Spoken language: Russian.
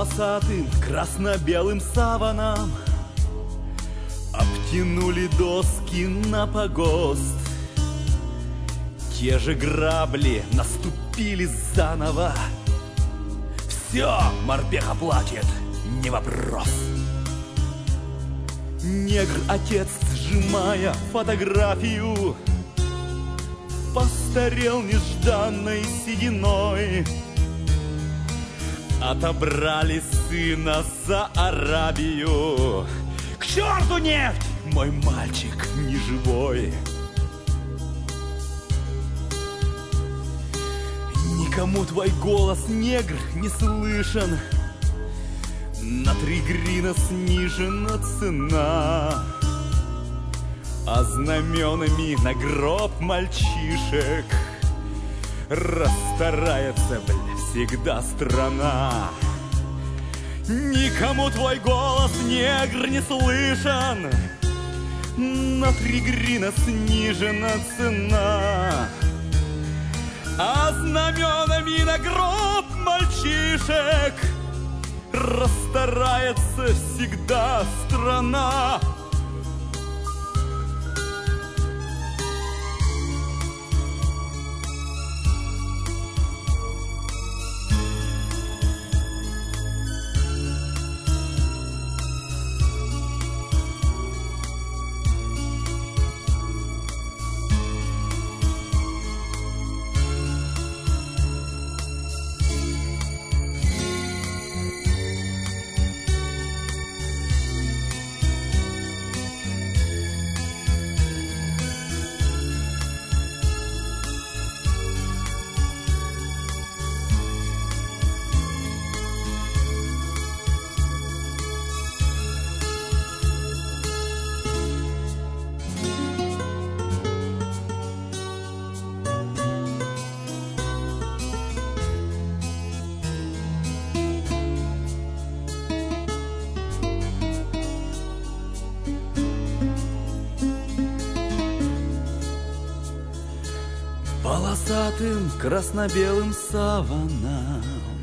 полосатым красно-белым саваном обтянули доски на погост. Те же грабли наступили заново. Все, морпех оплатит, не вопрос. Негр-отец, сжимая фотографию, постарел нежданной сединой. Отобрали сына за Арабию. К черту нефть, мой мальчик не живой. Никому твой голос, негр, не слышен. На 3 грина снижена цена, а знаменами на гроб мальчишек расстарается, всегда страна. Никому твой голос, негр, не слышен. На 3 грина снижена цена, а знаменами на гроб мальчишек расстарается всегда страна. Полосатым красно-белым саваном